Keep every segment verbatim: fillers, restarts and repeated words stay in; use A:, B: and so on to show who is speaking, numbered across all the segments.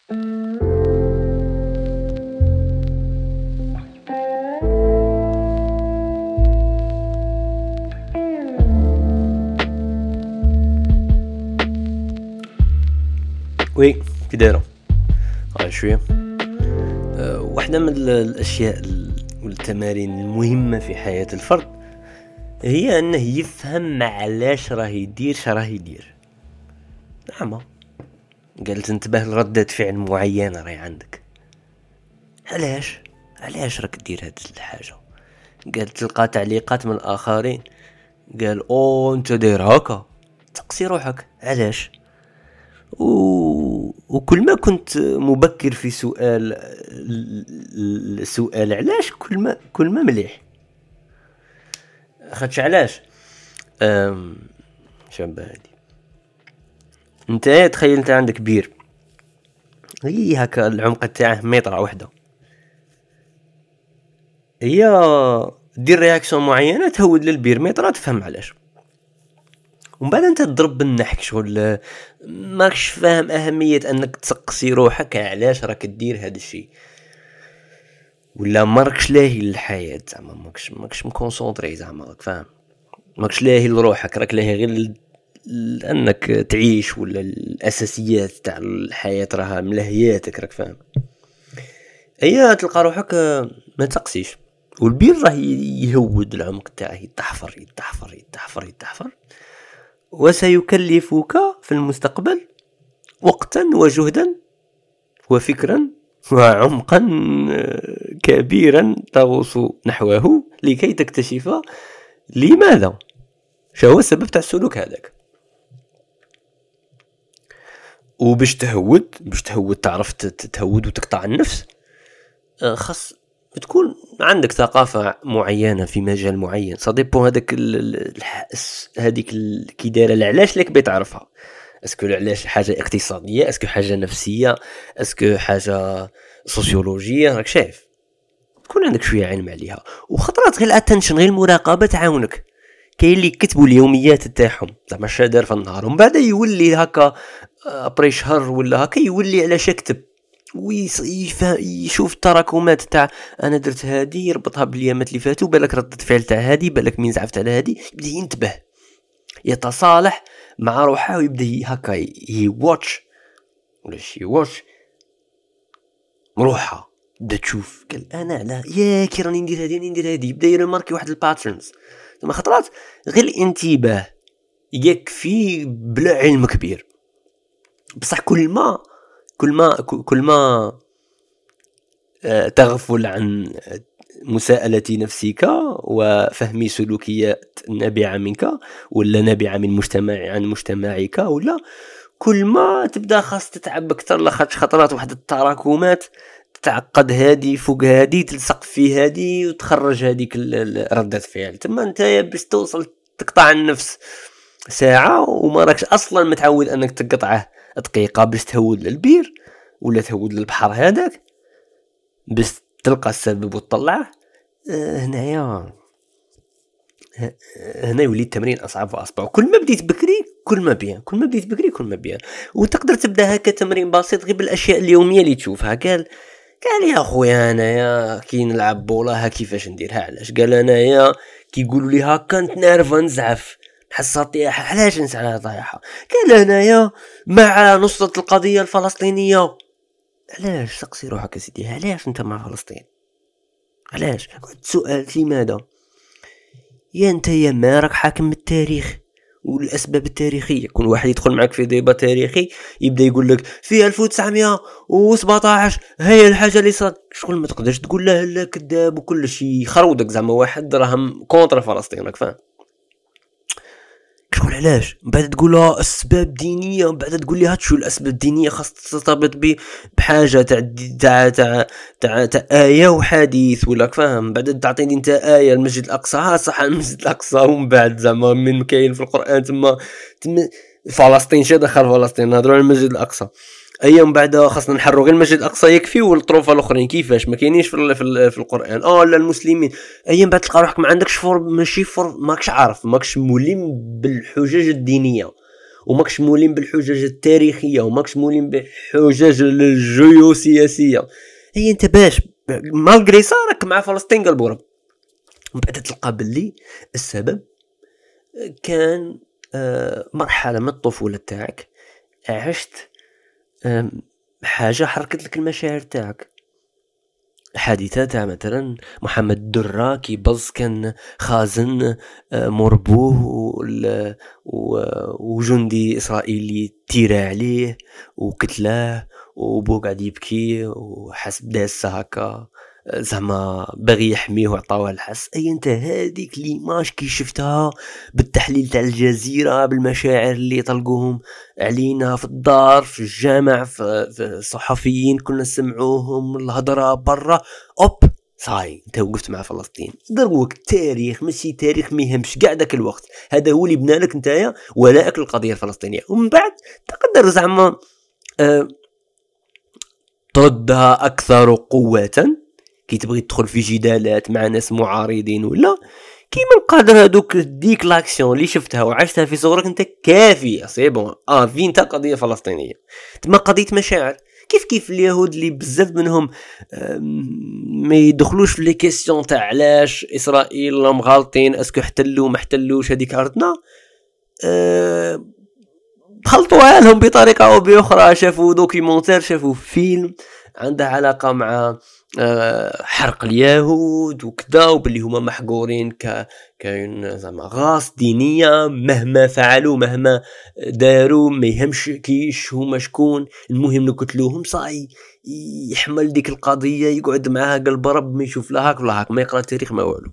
A: وي كي دايره ها شويه. أه واحده من الاشياء والتمارين المهمه في حياه الفرد هي انه يفهم علاش راه يدير اش راه يدير. نعم، قالت انتبه لردة فعل معينه راهي عندك. علاش علاش راك دير هاد الحاجه؟ قالت تلقى تعليقات من الاخرين، قال او انت داير هكا، تقصي روحك علاش. و... وكل ما كنت مبكر في سؤال السؤال علاش كل ما كل ما مليح. خدش علاش أم... شابه هادي. انت تخيل انت عندك بير هي هكا العمق تاعه متر واحده، هي دير رياكسيون معينه تهود للبير متر، تفهم علاش. ومن بعد انت تضرب بالنحك شغل ماكش فاهم اهميه انك تسقسي روحك علاش راك دير هذا الشيء، ولا ماكش لاهي للحياه زعما، ماكش ماكش مكونسونطري زعما، راك فاهم، ماكش لاهي لروحك، راك لاهي غير لانك تعيش، ولا الاساسيات تاع الحياه راها ملهياتك، راك فاهم. هي تلقى روحك ما تسقسيش، والبير راه يهود العمق تاعه، يتحفر يتحفر يتحفر يتحفر، وسيكلفك في المستقبل وقتا وجهدا وفكرا وعمقا كبيرا تغوص نحوه لكي تكتشف لماذا، شو هو السبب تاع السلوك هذاك. وباش تهود باش تهود تعرف تتهود وتقطع النفس، خاص تكون عندك ثقافة معينة في مجال معين. صديبو هذاك هذيك كي دايره العلاش لك بتعرفها، اسكو العلاش حاجة اقتصادية، اسكو حاجة نفسية، اسكو حاجة سوسيولوجية، راك شايف، تكون عندك شوية علم عليها. وخطرات غير الاتنشن، غير المراقبة تعاونك. كاين اللي يكتبوا اليوميات تاعهم زعما اش دار في النهار، ومن بعد يولي هكا ابري شهر ولا هكا يولي علاش يكتب، ويشوف التراكمات تاع انا درت هادي، يربطها بالايامات اللي فاتوا، بالك ردة فعل تاع هادي، بالك مين زعفت على هادي، يبدا ينتبه يتصالح مع روحه، ويبدا هكا هي واتش ولا شي واتش روحه، بدا تشوف قال انا لا يا كي راني ندير هادي ندير هادي، يبدا يرماركي واحد الباترنز. ثم خطرات غير الانتباه يكفي بلا علم كبير. بصح كل ما كل ما كل ما تغفل عن مساءلة نفسك وفهم سلوكيات نابعة منك ولا نابعة من مجتمع عن مجتمعك، ولا كل ما تبدا خاص تتعب اكثر، لاخاطش خطرات واحد التراكمات تعقد هادي فوق هادي، تلصق في هادي وتخرج هذيك ردة فعل. تما انت باش توصل تقطع النفس ساعة وما راكش اصلا متعود انك تقطعه دقيقة باش تهود للبير ولا تهود للبحر هذاك باش تلقى السبب وتطلعه. أه هنايا هنا يولي التمرين اصعب واصعب. وكل ما بديت بكري كل ما بيان، كل ما بديت بكري كل ما بيان. وتقدر تبدا هكا تمرين بسيط غير بالاشياء اليوميه اللي تشوفها. قال قال يا خويا انايا كي نلعب بوله كيفاش نديرها علاش. قال انايا كي يقولوا لي هكا نتنرف نزعف نحس طيحه علاش نسعى طيحه. قال انايا مع نصرة القضيه الفلسطينيه. علاش سقسي روحك سيدي، علاش انت مع فلسطين؟ علاش؟ سؤال لماذا؟ يا انت يا ما راك حاكم التاريخ والاسباب التاريخيه. كل واحد يدخل معك في ديبا تاريخي يبدا يقول لك في ألف وتسعمية وسبعطاش هي الحاجه اللي صارت. شغل ما تقدرش تقول له لا كذاب وكل شيء يخرودك زعما واحد راهم كونتر فلسطين، راك فاهم؟ شغل علاش بعد تقول له اسباب دينيه، بعد تقول لي هاتشو الاسباب الدينيه خاص ترتبط بحاجه تاع تاع تاع تاع تا ايه وحديث ولا فاهم. بعد تعطيني انت ايه المسجد الاقصى، ها صح المسجد الاقصى، ومن بعد زعما من كاين في القران تما فلسطين شي دخل فلسطين نهضروا على المسجد الاقصى. ايام بعد خاصنا نحروا غير المسجد الاقصى يكفي، والطروفه الاخرين كيفاش ما كاينينش في في القران. اه لا المسلمين ايام بعد تلقى روحك ما عندكش فور ماشي فور ماكش عارف ماكش مولي بالحجج الدينيه، وماكش مولين بالحجج التاريخيه وماكش مولين بالحجج الجيوسياسيه. هي انت باش مالغري صارك مع فلسطين قلبوا رب، ومن بعد تلقى باللي السبب كان مرحله من الطفوله تاعك عشت حاجه حركت لك المشاعر تاعك. حادثة تاع مثلا محمد الدرة كي بز كان خازن مربوه وجندي إسرائيلي تيرا عليه وكتلاه وبو قاعد يبكي وحسب داس هكا زعما باغي يحميه وعطاوه الحس. اي انت هذيك ليماج كي شفتها بالتحليل تاع الجزيرة بالمشاعر اللي طلقوهم علينا في الدار في الجامع في الصحفيين كنا نسمعوهم الهضرة برا اوب صاي انت وقفت مع فلسطين. دروك تاريخ ماشي تاريخ ما يهمش قاع داك الوقت، هذا هو اللي بنالك نتايا ولائك للقضية الفلسطينية. ومن بعد تقدر زعما أه تردها اكثر قوة كي تبغي تدخل في جدالات مع ناس معارضين ولا كيما القادر هذوك ديك لاكسيون اللي شفتها وعشتها في صغرك انت كافي سي بون اه في انت قضيه فلسطينيه تما قضيه مشاعر. كيف كيف اليهود اللي بزاف منهم ما يدخلوش في لي كيسيون تاع علاش اسرائيل راهم غالطين اسكو احتلوا ما احتلوش هذيك ارضنا أه خلطوها لهم بطريقه او باخرى، شافوا دوكيومونتير شافوا فيلم عنده علاقه مع حرق اليهود وكذا وباللي هما محقورين ك كاين زعما غاص دينيه مهما فعلوا مهما داروا ما يهمش كيش هما شكون المهم نقتلوهم صاي يحمل ديك القضيه يقعد معاها قلب رب ما يشوف لا هاك ولا هاك ما يقرا التاريخ ما والو.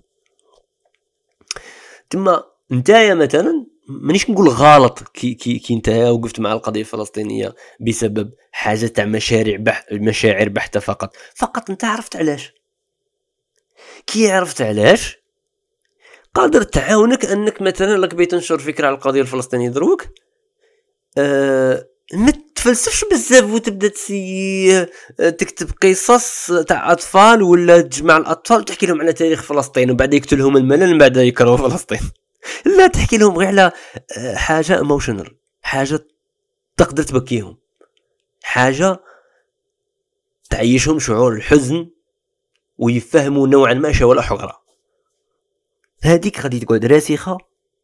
A: تما نتايا مثلا مانيش نقول غلط كي كي كي نتايا وقفت مع القضيه الفلسطينيه بسبب حاجه تاع مشاريع بح مشاعر بحته فقط فقط انت عرفت علاش. كي عرفت علاش قادر تعاونك انك مثلا لك بغيت تنشر فكره على القضيه الفلسطينيه دروك أه ما تفلسفش بزاف وتبدا تسي تكتب قصص تاع اطفال ولا تجمع الاطفال وتحكي لهم على تاريخ فلسطين وبعد يقتلهم الملل بعد يكرهوا فلسطين. لا تحكي لهم غير على حاجه ايموشنال، حاجه تقدر تبكيهم، حاجه تعيشهم شعور الحزن ويفهموا نوعا ما شو ولا حقره. هذيك غادي تقعد راسخه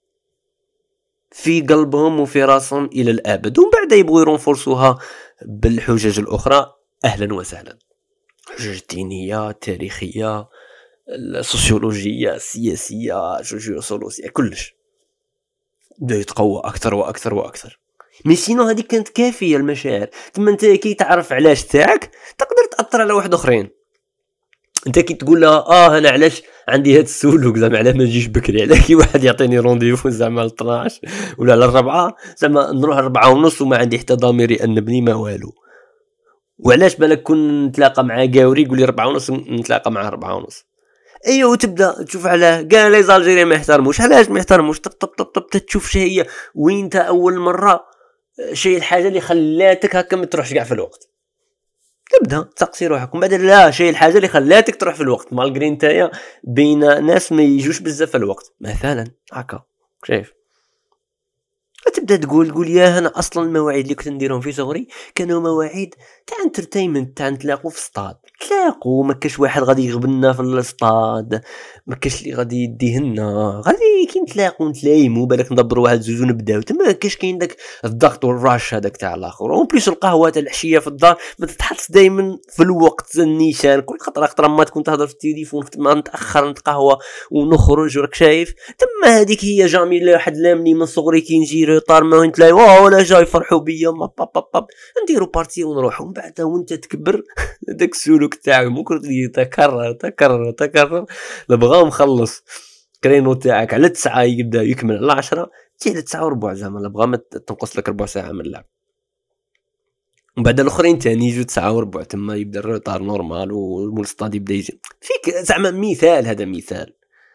A: في قلبهم وفي راسهم الى الابد. ومن بعد يبغوا يرونفورسوها بالحجج الاخرى اهلا وسهلا، حجج دينيه تاريخيه السوسيولوجيه السياسيه جيوسولوجيه كلش بدا يتقوى اكثر واكثر واكثر. مي سينو هذيك كانت كافيه المشاعر. تما انت كي تعرف علاش تاعك تقدر تاثر على واحد اخرين. انت كي تقول لها اه انا علاش عندي هاد السلوك زعما علاه ما نجيش بكري، علاه كي واحد يعطيني رونديفو زعما ل اثناش ولا على الربعة زعما نروح الربعة ونص وما عندي حتى ضميري انبني ما والو. وعلاش بالك كون نتلاقى مع قاوري يقول لي ربعة ونص نتلاقى مع ربعة ونص. ايوه وتبدا تشوف علاه كاع لي زالجيريين ما يحترموش. علاش ما يحترموش؟ طب طب طب طب تشوف شي هي وين انت اول مره شي الحاجه اللي خلاتك هكا ما تروحش كاع في الوقت. تبدا تسقسي روحك ومن بعد لا شي الحاجه اللي خلاتك تروح في الوقت مالغري نتايا بين ناس ما يجوش بزاف في الوقت مثلا هكا شايف. تبدا تقول تقول يا انا اصلا المواعيد اللي كنت نديرهم في صغري كانوا مواعيد تاع انترتينمنت تاع نتلاقوا في ستاد تلاقوا ما كاش واحد غادي يغبننا في الستاد ما كاش اللي غادي يديهنا غادي كي نتلاقوا نتلايموا بالك ندبروا واحد زوج ونبداو تما كاش كاين داك الضغط والراش هذاك تاع الاخر. اون بليس القهوه تاع العشيه في الدار ما تتحطش دائما في الوقت النيشان كل خطره خطره ما تكون تهضر في التليفون ما نتاخر نتقهوى ونخرج وراك شايف. تما هذيك هي جامي لا واحد لامني من صغري كي نجي طار ما نتلاي واه ولا جاي فرحوا بيا ما با با با نديروا بارتي ونروحوا. من بعد وانت تكبر داك السلوك تاعك ممكن يتكرر تكرر تكرر لبغاو مخلص كرينو تاعك على تسعة يبدا يكمل على عشرة تجي على تسعة وربع زعما لبغا ما تنقص لك ربع ساعه من اللعب. ومن بعد الاخرين تاني يجوا تسعة وربع تما يبدا الروتار نورمال والمستاد يبدا يجي فيك زعما مثال. هذا مثال.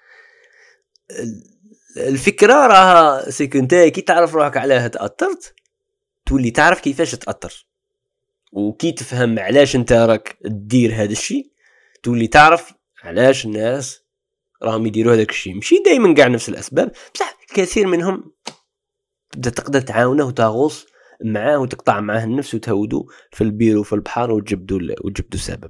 A: الفكره راها سيكونتاي كي تعرف روحك علاه تاثرت تولي تعرف كيفاش تاثر وكي تفهم علاش انت راك تدير هذا الشيء تولي تعرف علاش الناس راهم يديروا هذاك الشيء. ماشي دائما كاع نفس الاسباب بصح كثير منهم تبدا تقدر تعاونه وتغوص معاه وتقطع معاه النفس وتهودو في البير وفي البحر وتجبدوا وتجبدوا سبب.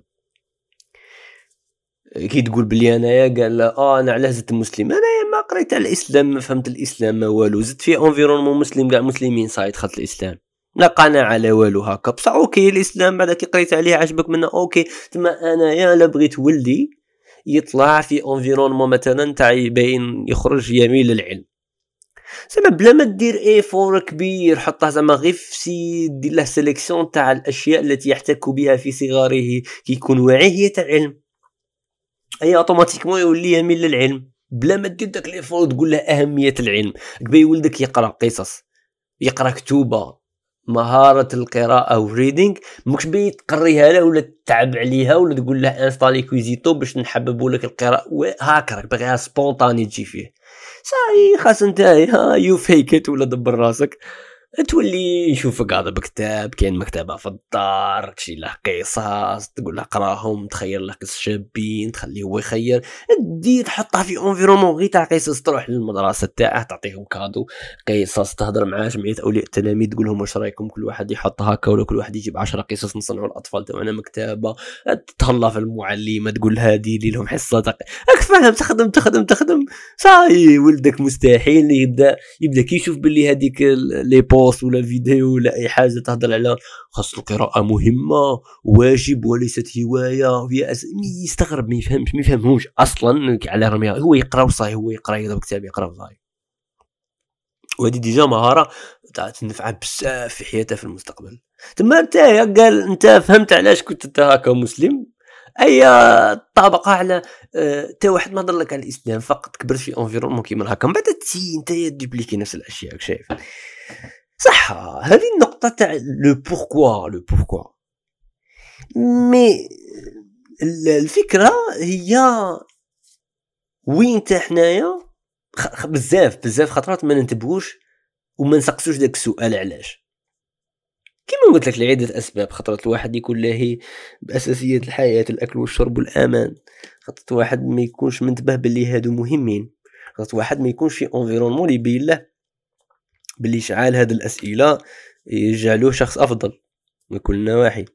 A: كي تقول بلي انايا قال اه انا على زدت مسلم، انايا ما قريت على الاسلام، ما فهمت الاسلام ما والو، زدت في انفيرونمون مسلم كاع مسلمين صاي دخلت الاسلام، لا قناعه على والو هكا. بصح اوكي الاسلام بعد كي قريت عليه عجبك منه اوكي. تما انايا لا بغيت ولدي يطلع في انفيرونمون مثلا تاع يبين يخرج يميل للعلم، زعما بلا ما دير ايفور كبير، حطه زعما غير في سي دير له سيليكسيون تاع الاشياء التي يحتك بها في صغره كي يكون واعي هي تاع العلم، اي اوتوماتيكمون يولي يميل للعلم بلا ما دير داك ليفور تقول له اهميه العلم. كبي ولدك يقرا قصص، يقرا كتوبه، مهاره القراءه والريدينغ، ماكش بي تقريها له ولا تتعب عليها ولا تقول له انستالي كويزيتو باش نحببوا لك القراءه هاكا باغيها سبونطاني تجي فيه. صاي خاص نتايا يو فيكت ولا دبر راسك تولي يشوفك هذا بكتاب، كاين مكتبه في الدار تشي له قصص تقول له قراهم، تخير له قصص شابين تخليه هو يخير، دير تحطها في انفيرونمون غير تاع قصص، تروح للمدرسه تاعه تعطيهم كادو قصص، تهضر مع جمعيه اولياء التلاميذ تقول لهم واش رايكم كل واحد يحط هكا ولا كل واحد يجيب عشرة قصص نصنعوا الاطفال تاعنا مكتبه، تهلا في المعلمه تقول هذه لي لهم حصه تق... اكفاهم تخدم تخدم تخدم صاي ولدك مستحيل يبدا يبدا كيشوف باللي هذيك لي بوست ولا فيديو ولا اي حاجه تهضر على خاص القراءه مهمه واجب وليست هوايه وهي أس... يستغرب ما يفهمش ما يفهمهمش اصلا على رميه، هو يقرا وصاي هو يقرا يضرب كتاب يقرا وصاي. وهذه ديجا مهاره تنفع بزاف في حياته في المستقبل. تما انت قال انت فهمت علاش كنت انت هكا مسلم، اي طابقه على تا واحد ما هضر لك على الاسلام فقط كبرت في انفيرونمون كيما هكا، من بعد تي انت تجيب لك نفس الاشياء شايف صح. هذه النقطه تاع لو بوركوا لو بوركوا مي الفكره هي وين انت حنايا بزاف بزاف خطرات ما ننتبهوش وما نسقسوش داك السؤال علاش. كما قلت لك لعدة أسباب، خطرت الواحد يكون لاهي بأساسيات الحياة الأكل والشرب والأمان، خطرت واحد ما يكونش منتبه باللي هادو مهمين، خطرت واحد ما يكونش في انفيرونمون يبين له باللي شعال هاد الأسئلة يجعلوه شخص أفضل من كل النواحي.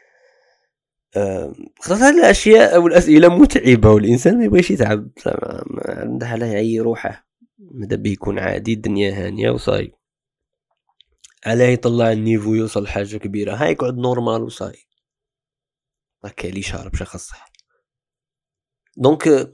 A: خطرت هاد الأشياء أو الأسئلة متعبة والإنسان ما يبغيش يتعب، عنده على يعي روحه ماذا به يكون عادي الدنيا هانية وصاي، علاه يطلع النيفو يوصل حاجة كبيرة هاي يقعد نورمال وصاي هكا لي شارب شخص صح. دونك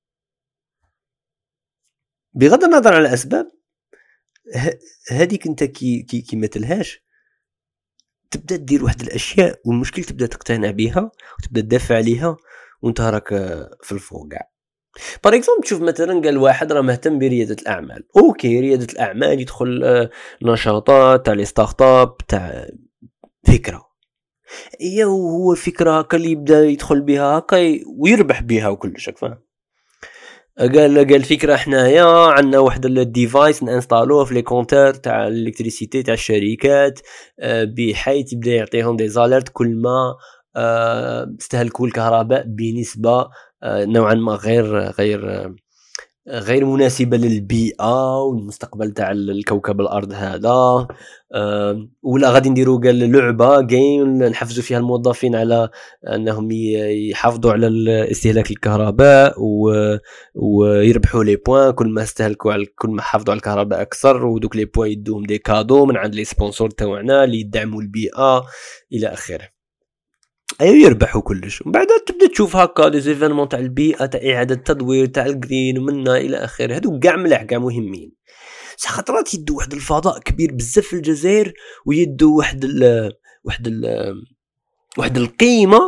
A: بغض النظر على الأسباب هذيك انت كي كي كي ما تلهاش تبدا تدير واحد الاشياء والمشكل تبدا تقتنع بها وتبدا تدافع عليها وانت راك في الفوق كاع. بار اكزومبل تشوف مثلا قال واحد راه مهتم برياده الاعمال، اوكي رياده الاعمال يدخل نشاطات تاع لي ستارت اب تاع فكره هي هو فكره هكا اللي يبدا يدخل بها هكا ويربح بها وكل شيء فاهم. قال قال فكره حنايا عندنا واحد الديفايس نانستالوه في لي كونتور تاع الالكتريسيتي تاع الشركات بحيث يبدا يعطيهم دي زاليرت كل ما استهلكوا الكهرباء بنسبه نوعا ما غير غير غير مناسبه للبيئه والمستقبل تاع الكوكب الارض هذا. ولا غادي نديروا قال لعبه جيم نحفزوا فيها الموظفين على انهم يحافظوا على استهلاك الكهرباء ويربحوا لي بوين كل ما استهلكوا على كل ما حافظوا على الكهرباء اكثر، ودوك لي بوين يدوهم دي كادو من عند لي سبونسور تاعنا اللي يدعموا البيئه الى اخره. ايوا يربحوا كلش. ومن بعد تبدا تشوف هكا دي زيفينمون تاع البيئه تاع اعاده التدوير تاع الجرين ومنا الى اخره، هادو كاع ملاح كاع مهمين. صح خطرات يدوا واحد الفضاء كبير بزاف في الجزائر ويدوا واحد ال واحد ال واحد القيمه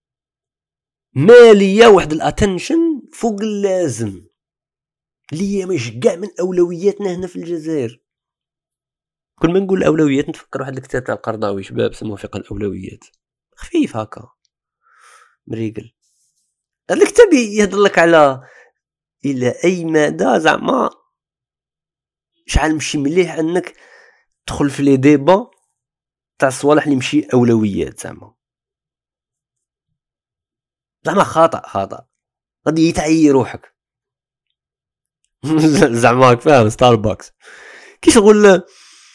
A: ماليه واحد الاتنشن فوق اللازم اللي هي مش كاع من اولوياتنا هنا في الجزائر. كل ما نقول الاولويات نتفكر واحد الكتاب تاع القرضاوي شباب سموه فقه الاولويات، خفيف هكا مريقل. الكتاب يهضر لك على الى اي مدى زعما شحال مشي مليح انك تدخل في لي ديبا تاع الصوالح اللي مشي اولويات زعما زعما خطا خطا غادي يتعيي روحك زعما فاهم ستاربكس كي شغل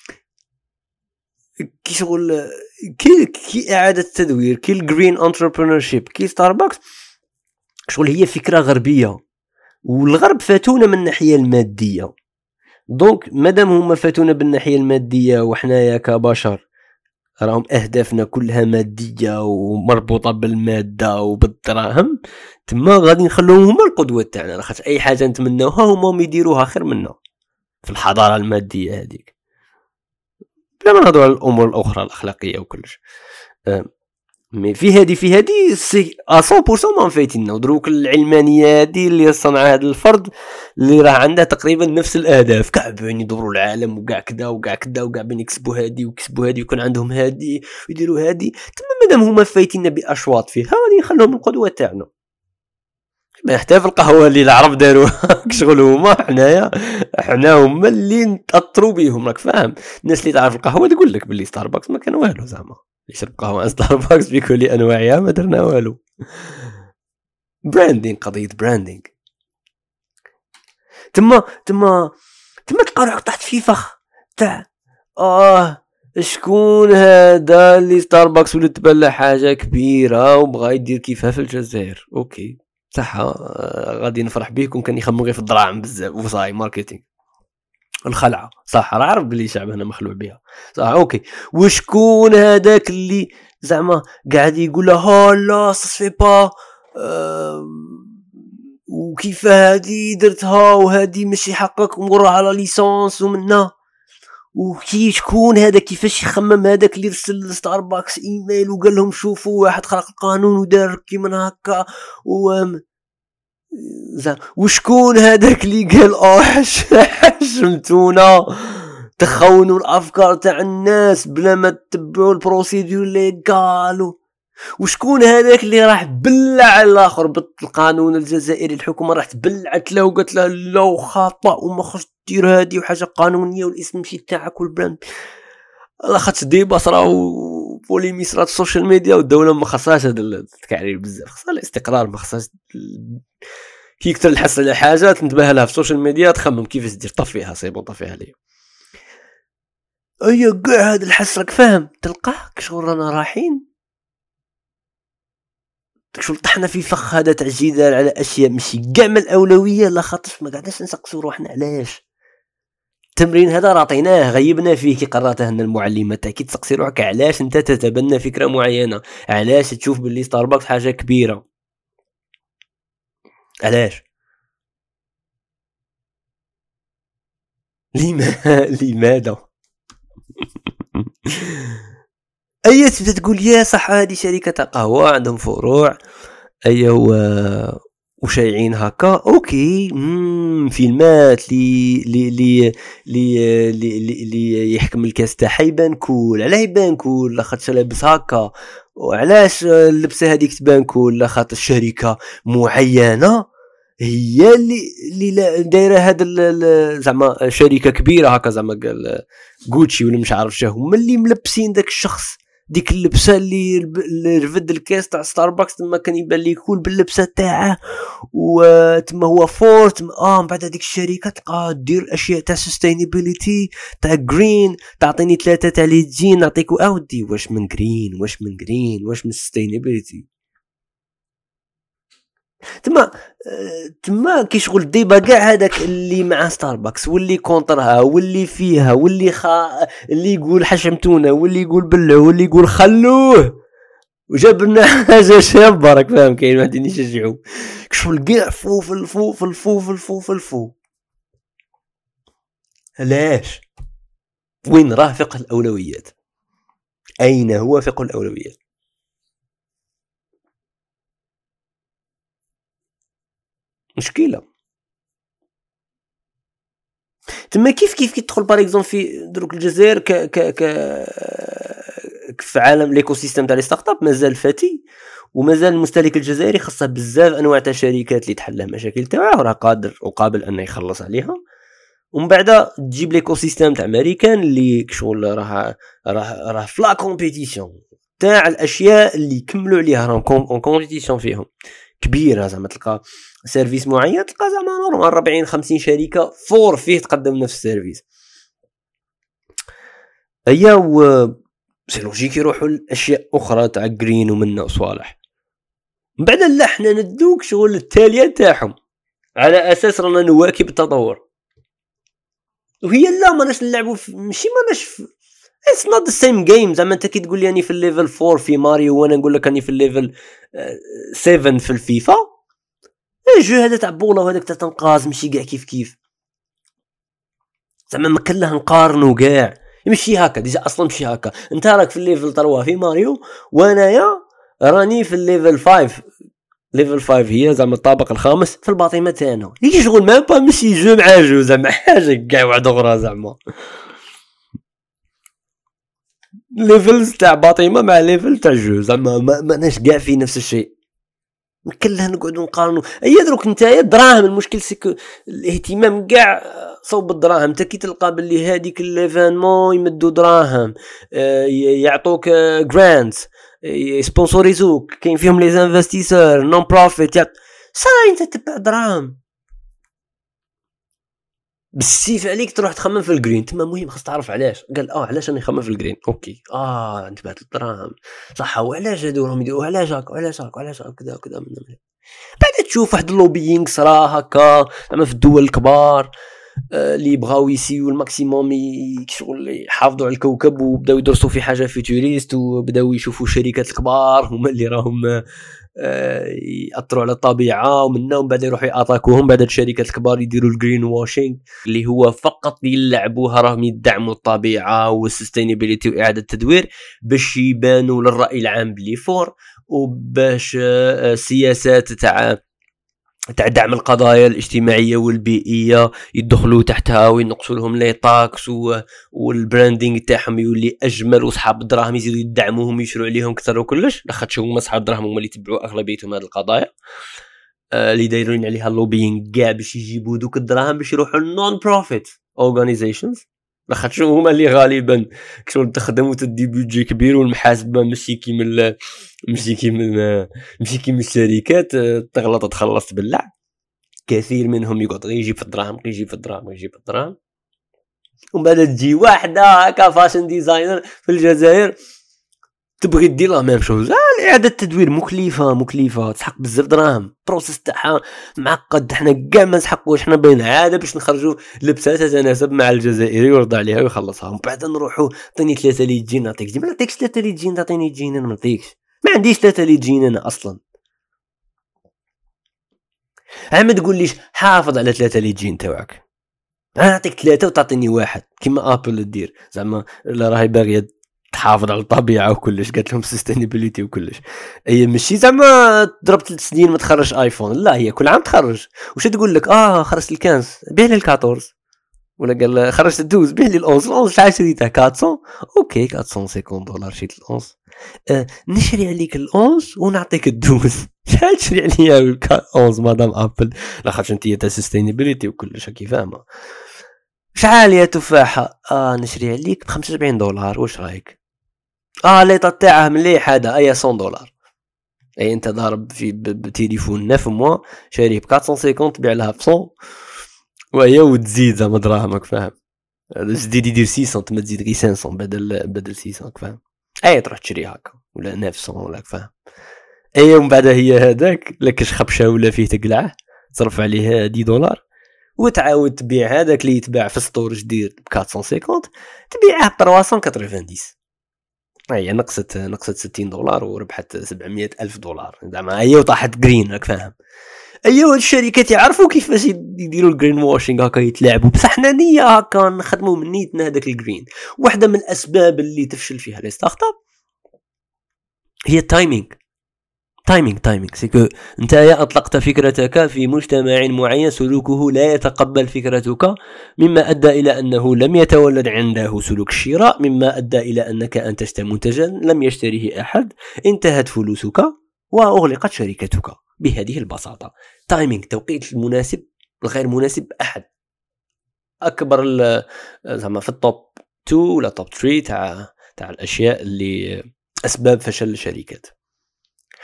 A: كي شغل كي كي اعاده التدوير، كي الجرين انتربرينورشيب، كي ستاربكس، شغل هي فكره غربيه، والغرب فاتونا من الناحيه الماديه. دونك مادام هما فاتونا بالناحيه الماديه وحنايا كبشر راهم اهدافنا كلها ماديه ومربوطه بالماده وبالدراهم، تما غادي نخلوهم هما القدوه تاعنا، لاخاطش اي حاجه نتمناوها هما يديروها خير منا في الحضاره الماديه هذيك، بلا ما نهضروا على الامور الاخرى الاخلاقيه وكلش. أه مي في هذه في هذه سي مية بالمية ما فايتيننا. ودروك العلمانيه هذه اللي صنع هذا الفرد اللي راه عنده تقريبا نفس الاهداف، كاع بين يدوروا العالم وكاع كذا وكاع كذا وكاع بين يكسبوا هذه ويكسبوا هذه ويكون عندهم هذه ويديروا هذه، تما مادام هما فايتيننا باشواط فيها غادي نخلوهم القدوه تاعنا. ما حتى في القهوه اللي العرب داروها كشغل هما حنايا حنا هما اللي نتاثروا بهم، راك فاهم؟ الناس اللي تعرف القهوه تقول لك باللي ستاربكس ما كان والو، زعما يشرب قهوه ستاربكس بكل انواعها ما درنا والو. براندينغ، قضيه براندينغ. تما تما تما تلقى روحك طحت في فخ تاع اه شكون هذا اللي ستاربكس ولات تبان حاجه كبيره وبغى يدير كيفها في الجزائر. اوكي صح، آه غادي نفرح به كون كان يخمم غير في الدراهم بزاف وصاي ماركتينغ الخلعه، صح راه عارف بلي الشعب هنا مخلوع بها، صح اوكي. وشكون هذاك اللي زعما قاعد يقول له لا سي با أه وكيف هذه درتها وهذه ماشي حقك ومرها على ليسانس ومنا، وكي شكون هذا كيفاش يخمم هذاك اللي رسل ستاربكس ايميل وقال لهم شوفوا واحد خرق القانون ودار كي من هكا و وشكون هذاك اللي قال اه حشمتونا تخونوا الافكار تاع الناس بلا ما تتبعوا البروسيدور اللي قالوا، وشكون هذاك اللي راح بلع الاخر بالقانون الجزائري، الحكومه راح تبلعت له وقالت له لا خطا وما خصش دير هذه وحاجه قانونيه والاسم ماشي تاعك والبراند. الله خاطش ديبا صراو بوليميس راه السوشيال ميديا والدوله ما خصهاش هذا التكعير بزاف، خصها الاستقرار، ما خصهاش كي يكثر الحس على حاجه تنتبه لها في السوشيال ميديا تخمم كيفاش دير طفيها صيبون طفيها ليه. ايا كاع هذا الحس راك فاهم تلقاه كشغل رانا رايحين كشغل طحنا في فخ هذا تاع الجدال على اشياء ماشي كاع من الاولويه، لا خاطرش ما قاعداش نسقسوا روحنا علاش التمرين هذا راه غيبنا فيه كي قراته لنا المعلمه تاع كي تسقسي روحك علاش انت تتبنى فكره معينه، علاش تشوف باللي ستاربكس حاجه كبيره، علاش لما لماذا اي تبدا تقول يا صح هذه شركه قهوه عندهم فروع ايوا وشايعين هكا اوكي مم فيلمات لي لي لي لي لي, لي يحكم الكاس تاعها يبان كول، علاه يبان كول لاخاطش لابس هكا، وعلاش اللبسه هذيك تبان كول لاخاطر شركه معينه هي اللي اللي دايره هذا زعما شركه كبيره هكا زعما قال غوتشي ولا مش عارف شنو هما اللي ملبسين داك الشخص ديك اللبسه اللي اللي رفد الكاس تاع ستاربكس تما كان يبان لي كول باللبسه تاعه وتما هو فورت اه من بعد هذيك الشركه تلقى دير اشياء تاع سستينابيليتي تاع جرين، تعطيني ثلاثه تاع لي جين نعطيكو اودي واش من جرين واش من جرين واش من سستينابيليتي. تما تما كيشغل ديبا كاع هذاك اللي مع ستاربكس واللي كونطرها واللي فيها واللي خا اللي يقول حشمتونا واللي يقول بلعوه واللي يقول خلوه وجاب لنا حاجه شابه راك فاهم كاين واحد يشجعوا كشغل كاع فو في الفو في الفو في الفو في الفو. علاش وين راه فقه الاولويات؟ اين هو فقه الاولويات؟ مشكله تما كيف كيف كيدخل باغ اكزومبل في دروك الجزائر ك ك ك في عالم ليكو سيستيم تاع لي ستارت اب مازال فاتي، ومازال المستهلك الجزائري خاصه بزاف انواع تاع شركات اللي تحل مشاكل تاعه راه قادر وقابل انه يخلص عليها، ومن بعد تجيب ليكو سيستيم تاع امريكان اللي كشغل راه راه راه في لا كومبيتيسيون تاع الاشياء اللي يكملوا عليها راهم كومبيتيسيون فيهم كبيره، زعما تلقى سيرفيس معين تلقى زعما نورمال أربعين خمسين شركه فور فيه تقدم نفس السيرفيس. ايا سي لوجيك يروحوا لاشياء اخرى تاع جرين ومنه وصوالح. من بعد لا حنا ندوك شغل التاليه تاعهم على اساس رانا نواكب التطور، وهي لا ماناش نلعبوا ماشي ماناش في... It's not the same game. زعما انت كي تقول لي اني في الليفل فور في ماريو وانا نقول لك اني في الليفل سبعة في الفيفا، الجو هذا تاع بوله وهذاك تاع تنقاز ماشي كاع كيف كيف. زعما ما كان له نقارنوا كاع، ماشي هكا ديجا اصلا ماشي هكا. انت راك في الليفل ثلاثة في ماريو وانايا راني في الليفل خمسة. ليفل خمسة هي زعما الطابق الخامس في الباطمه تاعنا. يجي شغل ما با ماشي جو مع جو زعما حاجه كاع واحده اخرى. زعما ليفلز تاع باطمه مع ليفل تاع جو زعما ما ماناش كاع في نفس الشيء. كلها نقعدوا نقارنوا. اي دروك نتايا دراهم، المشكل سيكو الاهتمام كاع صوب الدراهم. انت كي تلقى باللي هذيك ليفينمون يمدوا دراهم، يعطوك جرانت، يسبونسوريزوك، كاين فيهم لي انفستيسور نون بروفيت، صاي انت تبع دراهم بالسيف عليك تروح تخمم في الجرين. تما مهم خاص تعرف علاش. قال اه علاش انا نخمم في الجرين. اوكي اه انت بعت الدراهم صح، وعلاش هادو راهم يديروا علاش هكا وعلاش هكا وعلاش هكا كذا كذا. من بعد تشوف واحد اللوبيينغ صرا هكا زعما في الدول الكبار اللي بغاو يسيو الماكسيموم شغل يحافظوا على الكوكب، وبداو يدرسوا في حاجه فيوتوريست، وبداو يشوفوا الشركات الكبار هما اللي راهم يأثروا على الطبيعه، ومنهم بعد يروحوا ياتاكوهم بعد الشركات الكبار يديروا الجرين واشينغ اللي هو فقط يلعبوها راهم يدعموا الطبيعه والسستينابيليتي واعاده التدوير باش يبانوا للراي العام بلي فور، وباش السياسات تاع تاع دعم القضايا الاجتماعيه والبيئيه يدخلوا تحتها وينقصوا لهم لي طاكس، والبراندينغ تاعهم يولي اجمل، واصحاب الدراهم يزيدوا يدعموهم يشروا عليهم اكثر وكلش، لاخاطش هما اصحاب الدراهم هما اللي يتبعوا اغلبيتهم هذه القضايا آه اللي دايرين عليها اللوبينغ كاع باش يجيبوا دوك الدراهم باش يروحوا للنون بروفيت اورغانيزيشنز، لاخاطش هما اللي غالبا كشغل تخدم وتدي بيدجي كبير، والمحاسبه ماشي كيما ماشي كيما ماشي كيما الشركات تغلط تخلص بالله. كثير منهم يقعد يجي في الدراهم يجي في الدراهم يجي في الدراهم، ومن بعد تجي واحده هكا فاشن ديزاينر في الجزائر تبغي دير لا ميم شوز. اعاده التدوير مكلفه مكلفه تسحق بزاف دراهم، بروسيس تاعها معقد، حنا كاع ما نسحقوش، حنا باين عاده باش نخرجوا لبسات تتناسب مع الجزائري ويرضى عليها ويخلصها. ومن بعد نروحوا عطيني ثلاثه لي تجين نعطيك، ما نعطيكش ثلاثه لي تجين تعطيني تجين، انا ما نعطيكش، ما عنديش ثلاثه لي تجين انا اصلا. عم تقوليش حافظ على ثلاثه لي تجين تاعك، انا نعطيك ثلاثه وتعطيني واحد كيما ابل دير زعما لا راهي باغيه تحافظ على الطبيعه وكلش، قالت لهم سستينابيليتي وكلش. هي ماشي زعما ضربت ثلاث سنين ما تخرج ايفون، لا هي كل عام تخرج. واش تقول لك اه خرجت الكانز بيع لي الكاطورز، ولا قال خرجت الدوز بيع لي الأونز. الأونز شحال شريتها أربعمية؟ اوكي أربعمية وخمسين دولار شريت الأونز. آه نشري عليك الأونز ونعطيك الدوز. شحال تشري عليا الأونز مادام ابل؟ لاخاطش انت تاع سستينابيليتي وكلش كي فاهمه. شحال يا تفاحه؟ اه نشري عليك ب خمسة وسبعين دولار، واش رايك؟ اه ليطا تاعه مليح هذا، اي مية دولار. اي انت ضارب في بتليفون تسعة موا شاريه ب أربعمية وخمسين تبيع لها ب مية، وهي وتزيد زعما دراهمك فاهم. هذا جديد يدير ستمية تما تزيد غير خمسمية بدل بدل ستمية فاهم. اي تروح تشري هكا ولا تسعمية ولا فاهم. اي ومن بعد هي هذاك لكش خبشه ولا فيه تقلعه تصرف عليه عشرة دولار، وتعاود تبيع هذاك اللي يتباع في السطور جديد ب أربعمية وخمسين تبيعه ب ثلاثمية وثمانين. هي نقصت نقصت ستين دولار وربحت سبعمية ألف دولار زعما هي وطاحت جرين راك فاهم. ايوا الشركات يعرفوا كيفاش يديروا الجرين واشينغ هكا يتلاعبوا، بصح حنا نيه هكا نخدموا من نيتنا هذاك الجرين. واحده من الاسباب اللي تفشل فيها لي ستارت اب هي التايمينغ. تايمينغ تايمينغ سيكو انت يا اطلقت فكرتك في مجتمع معين سلوكه لا يتقبل فكرتك، مما ادى الى انه لم يتولد عنده سلوك الشراء، مما ادى الى انك انتجت منتجا لم يشتريه احد، انتهت فلوسك واغلقت شركتك. بهذه البساطه تايمينغ توقيت المناسب الغير مناسب احد اكبر زعما في التوب اثنين ولا توب ثلاثة تاع تاع الاشياء اللي اسباب فشل الشركات.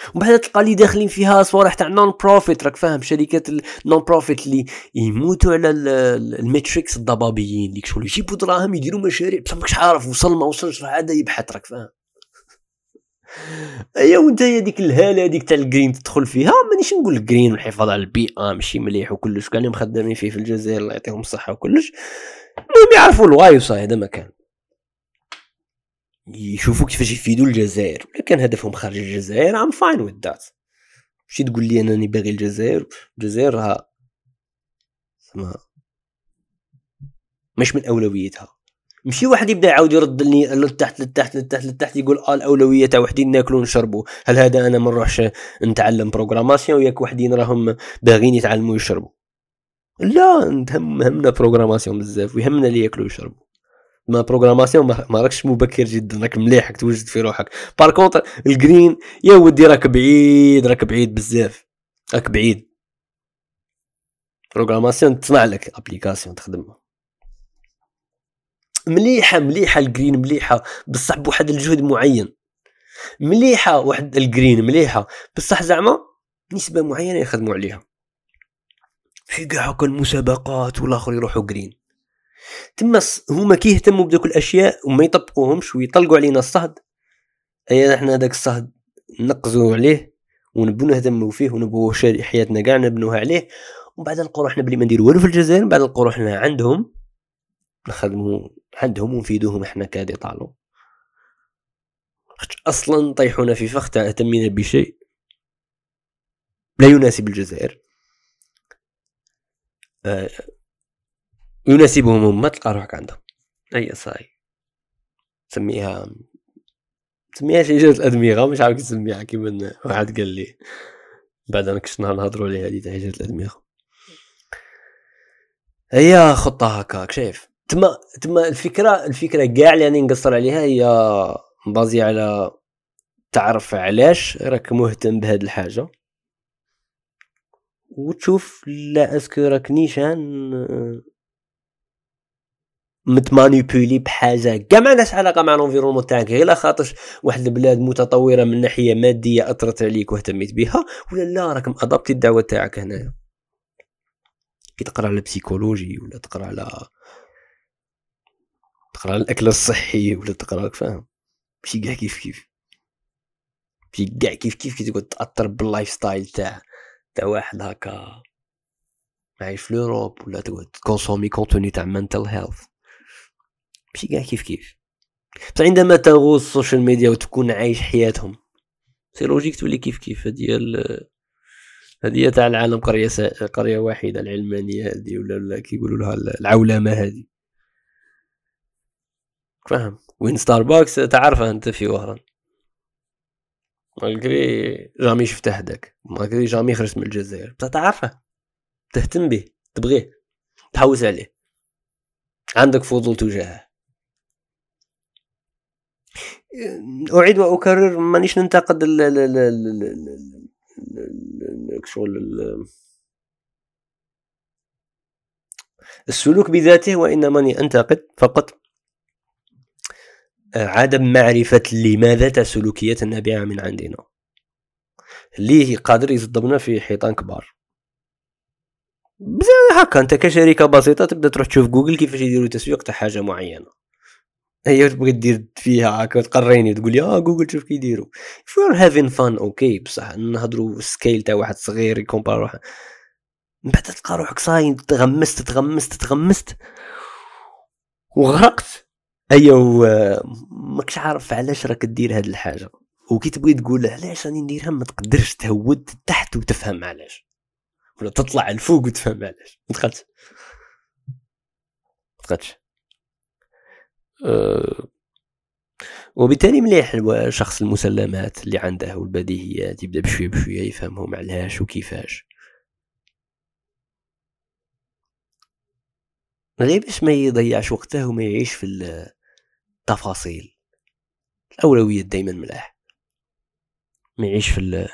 A: وبعد تلقى لي داخلين فيها صوالح تاع نون بروفيت، راك فاهم، شركات النون بروفيت اللي يموتوا على الميتريكس الضبابيين اللي شغل يجيبوا دراهم يديروا مشاريع بصح ماكش عارف وصل ما وصلش راه عاد يبحث، راك فاهم. ايا وانت هذيك الهاله هذيك تاع الجرين تدخل فيها، مانيش نقول الجرين والحفاظ على البيئه ماشي مليح وكلش، كانوا مخدمين فيه في الجزائر الله يعطيهم الصحه وكلش، المهم يعرفوا الواي وصاي هذا مكان يشوفوا كيفاش يفيدوا الجزائر، ولا كان هدفهم خارج الجزائر ام فاين وذ ذات. ماشي تقول لي انني باغي الجزائر، الجزائر ها ما مش من اولويتها. ماشي واحد يبدا يعاود يرد لي لتحت لتحت لتحت لتحت يقول اه الاولويه تاع وحدين ناكلوا ونشربوا، هل هذا انا ما نروحش نتعلم بروغراماسيون وياك وحدين راهم باغيين يتعلموا يشربوا؟ لا نهم همنا بروغراماسيون بزاف ويهمنا اللي ياكلوا ويشربوا. ما بروغراماسيون ما راكش مبكر جدا، راك مليح راك توجد في روحك. بار كونطر الجرين يا ودي راك بعيد، راك بعيد بزاف، راك بعيد. بروغراماسيون تصنع لك ابليكاسيون تخدمها مليحه مليحه الجرين مليحه بصح بواحد الجهد معين، مليحه واحد الجرين مليحه بصح زعما نسبه معينه يخدموا عليها. في كاع هكا المسابقات والاخر يروحوا جرين تما هما كيهتموا بدوك الاشياء وما يطبقوهمش ويطلقوا علينا الصهد. اي احنا داك الصهد نقزوا عليه ونبو نهتموا فيه ونبو حياتنا كاع نبنوها عليه، ومن بعد نلقوا روحنا بلي ما نديروا والو في الجزائر، بعد نلقوا روحنا عندهم نخدموا عندهم ونفيدوهم احنا كادي طالو. اصلا طيحونا في فخ تاع اهتمينا بشيء لا يناسب الجزائر، آه يناسبهم هم، تلقى روحك عندهم. اي صاي سميها سميها شجرة الأدمغة، مش عارف نسميها كيما واحد قال لي بعد انا كشنا نهضروا عليها هذه تاع شجرة الأدمغة. هي خطة هكاك شايف تما تما الفكرة الفكرة كاع اللي يعني نقصر عليها هي بازي على تعرف علاش راك مهتم بهاد الحاجة وتشوف لا اسكو راك نيشان متمانيبولي بحاجه كاع ما عندهاش علاقه مع الانفيرونمون تاعك، غير لا خاطرش واحد البلاد متطوره من ناحيه ماديه اثرت عليك واهتميت بها، ولا لا راك مادابتي الدعوه تاعك هنايا. كي تقرا على البسيكولوجي ولا تقرا على تقرا على الاكل الصحي ولا تقرا فاهم ماشي كاع كيف كيف ماشي كاع كيف كيف كي تقعد تاثر باللايف ستايل تاع تاع واحد هكا عايش في اوروب ولا تقعد كونسومي كونتوني تاع منتال هيلث ماشي كاع كيف كيف. بس عندما تغوص السوشيال ميديا وتكون عايش حياتهم سي لوجيك تولي كيف كيف. هذه هذه تاع العالم قريه س... قريه واحده العلمانيه هذه ولا كيقولوا لها العولمه هذه فاهم. وين ستاربكس تعرفها انت في وهران مالغري جامي شفته هداك مالغري جامي خرجت من الجزائر بس تعرفه تهتم به تبغيه تحوس عليه عندك فضول تجاهه. أعيد وأكرر مانيش ننتقد ال ال ال ال شغل السلوك بذاته، وإنما أنتقد فقط عدم معرفة لماذا السلوكيات النابعة من عندنا اللي قادر يصدمنا في حيطان كبار. بزاف هكا انت كشركة بسيطة تبدأ تروح تشوف جوجل كيفاش يديروا تسويق تاع حاجة معينة، هي تبغي دير فيها هكا تقريني تقول لي اه جوجل شوف كي يديروا if we are having fun اوكي بصح نهضروا سكيل تاع واحد صغير يكومبار روحه من بعد تلقى روحك صاين تغمست تغمست تغمست وغرقت. ايوا ماكش عارف علاش راك دير هاد الحاجه وكي تبغي تقول علاش راني نديرها ما تقدرش تهود تحت وتفهم علاش ولا تطلع الفوق وتفهم علاش ما تقدرش ما تقدرش أه وبالتالي مليح الشخص المسلمات اللي عنده والبديهيات يبدا بشويه بشويه يفهمهم علاش وكيفاش غير باش ما يضيعش وقته وما يعيش في التفاصيل. الاولويات دائما ملاح ما يعيش في ال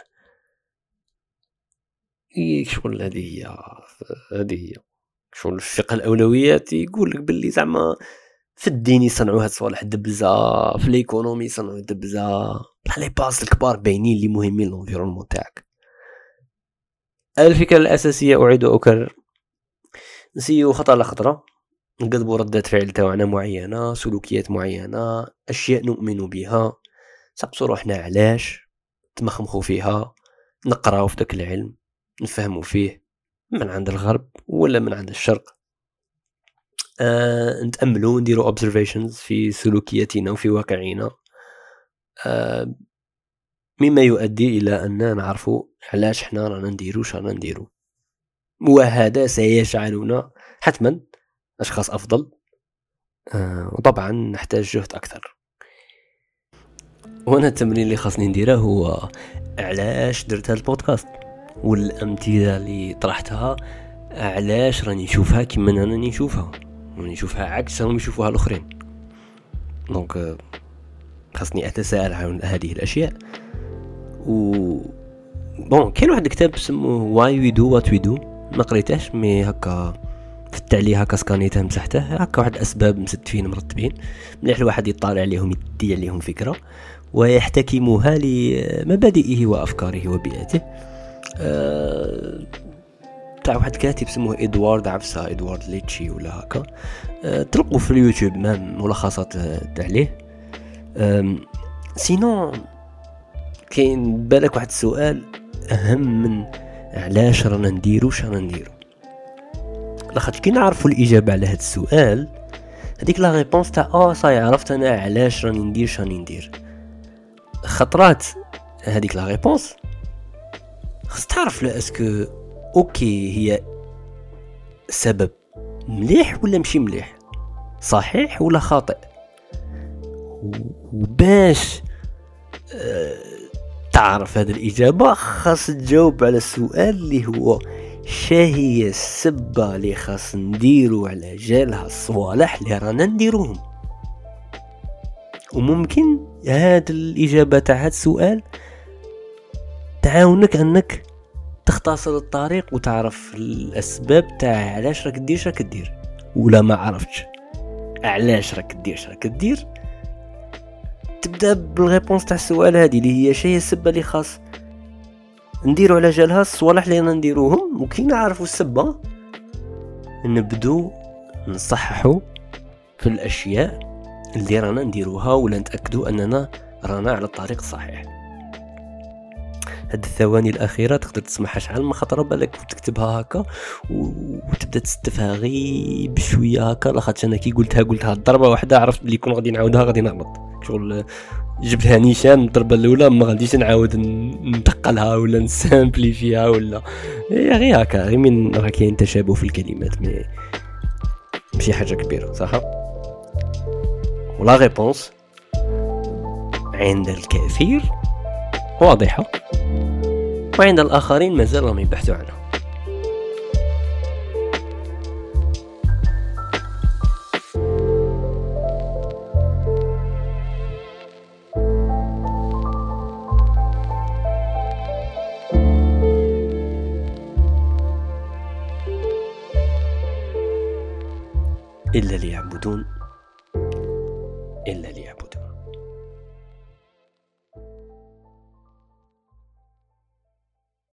A: شغل هذه هي هذه هي شغل الفقه الاولويات يقول لك باللي زعما في الدين يصنعوا هاد الصوالح دبزه، في ليكونومي يصنعوا دبزه، بحال لي باس الكبار باينين اللي مهمين لونفيرونمون تاعك. الفكره الاساسيه اعيد واكرر، نسيو خطره على خطره، نقلبوا ردات فعل تاعنا معينه، سلوكيات معينه، اشياء نؤمن بها، سقسوا روحنا علاش، تمخمخوا فيها، نقراو في داك العلم، نفهموا فيه من عند الغرب ولا من عند الشرق، أه، نتأملوا، نديروا observations في سلوكياتنا وفي واقعنا، أه، مما يؤدي إلى أن نعرفوا علاش حنا رانا نديرو شرانا نديرو، وهذا سيجعلنا حتما أشخاص أفضل، أه، وطبعا نحتاج جهد أكثر. وانا التمرين اللي خاصني نديره هو علاش درت هذا البودكاست، والامثله اللي طرحتها علاش راني نشوفها كيما انا راني نشوفها، راني نشوفها عكس راهم يشوفوها الاخرين. دونك خاصني اتساءل عن هذه الاشياء. و بون كاين واحد الكتاب اسمه واي وي دو وات وي دو، ما قريتهش مي هكا فتح عليه هكا سكانيته مسحته هكا، واحد الاسباب مستفين مرتبين، مليح الواحد يطالع عليهم يدي عليهم فكره ويحتكمها لمبادئه وافكاره وبيئته. أه... تاع واحد كاتب اسمه ادوارد عفسه، ادوارد ليتشي ولا هكا، أه... تلقوا في اليوتيوب ما ملخصات تاع عليه. أه... سينو كاين بالك واحد السؤال اهم من علاش رانا نديرو شرانا نديرو، لاخاطش كي نعرفوا الاجابه على هذا السؤال هذيك لا ريبونس تاع اه صاي عرفت انا علاش راني ندير شاني ندير. خطرات هذيك لا ريبونس خص تعرف لا اسكو اوكي هي سبب مليح ولا مشي مليح، صحيح ولا خاطئ، وباش أه تعرف هذه الإجابة خاص تجاوب على السؤال اللي هو شاهي السبة اللي خاص نديرو على جالها الصوالح اللي رانا نديروهم. وممكن هذه الإجابة تاع هذا السؤال تعاونك أنك تختصر الطريق وتعرف الأسباب تاع علاش راك دير راك دير، ولا ما عرفتش علاش راك دير راك دير تبدا بالريبونس تاع السؤال هذه اللي هي شي السبه اللي خاص نديرو على جالها الصوالح اللي رانا نديروهم. وكي نعرفوا السبه نبدو نصححوا في الاشياء اللي رانا نديروها ولا نتاكدوا اننا رانا على الطريق الصحيح. هاد الثواني الاخيره تقدر تسمعها شحال من خطره بالك وتكتبها هكا وتبدا تستفها غي بشويه هكا، لاخاطش انا كي قلتها قلتها ضربه واحده عرفت بلي كون غادي نعاودها غادي نغلط، شغل جبتها نيشان الضربه الاولى ما غاديش نعاود نتقلها ولا نسامبلي فيها ولا هي غير هكا، غير من راه كاين تشابه في الكلمات مي ماشي حاجه كبيره صح. ولا ريبونس عند الكثير واضحه وعند الآخرين مازال راهم يبحثوا عنها. إلا ليعبدون إلا ليعبدون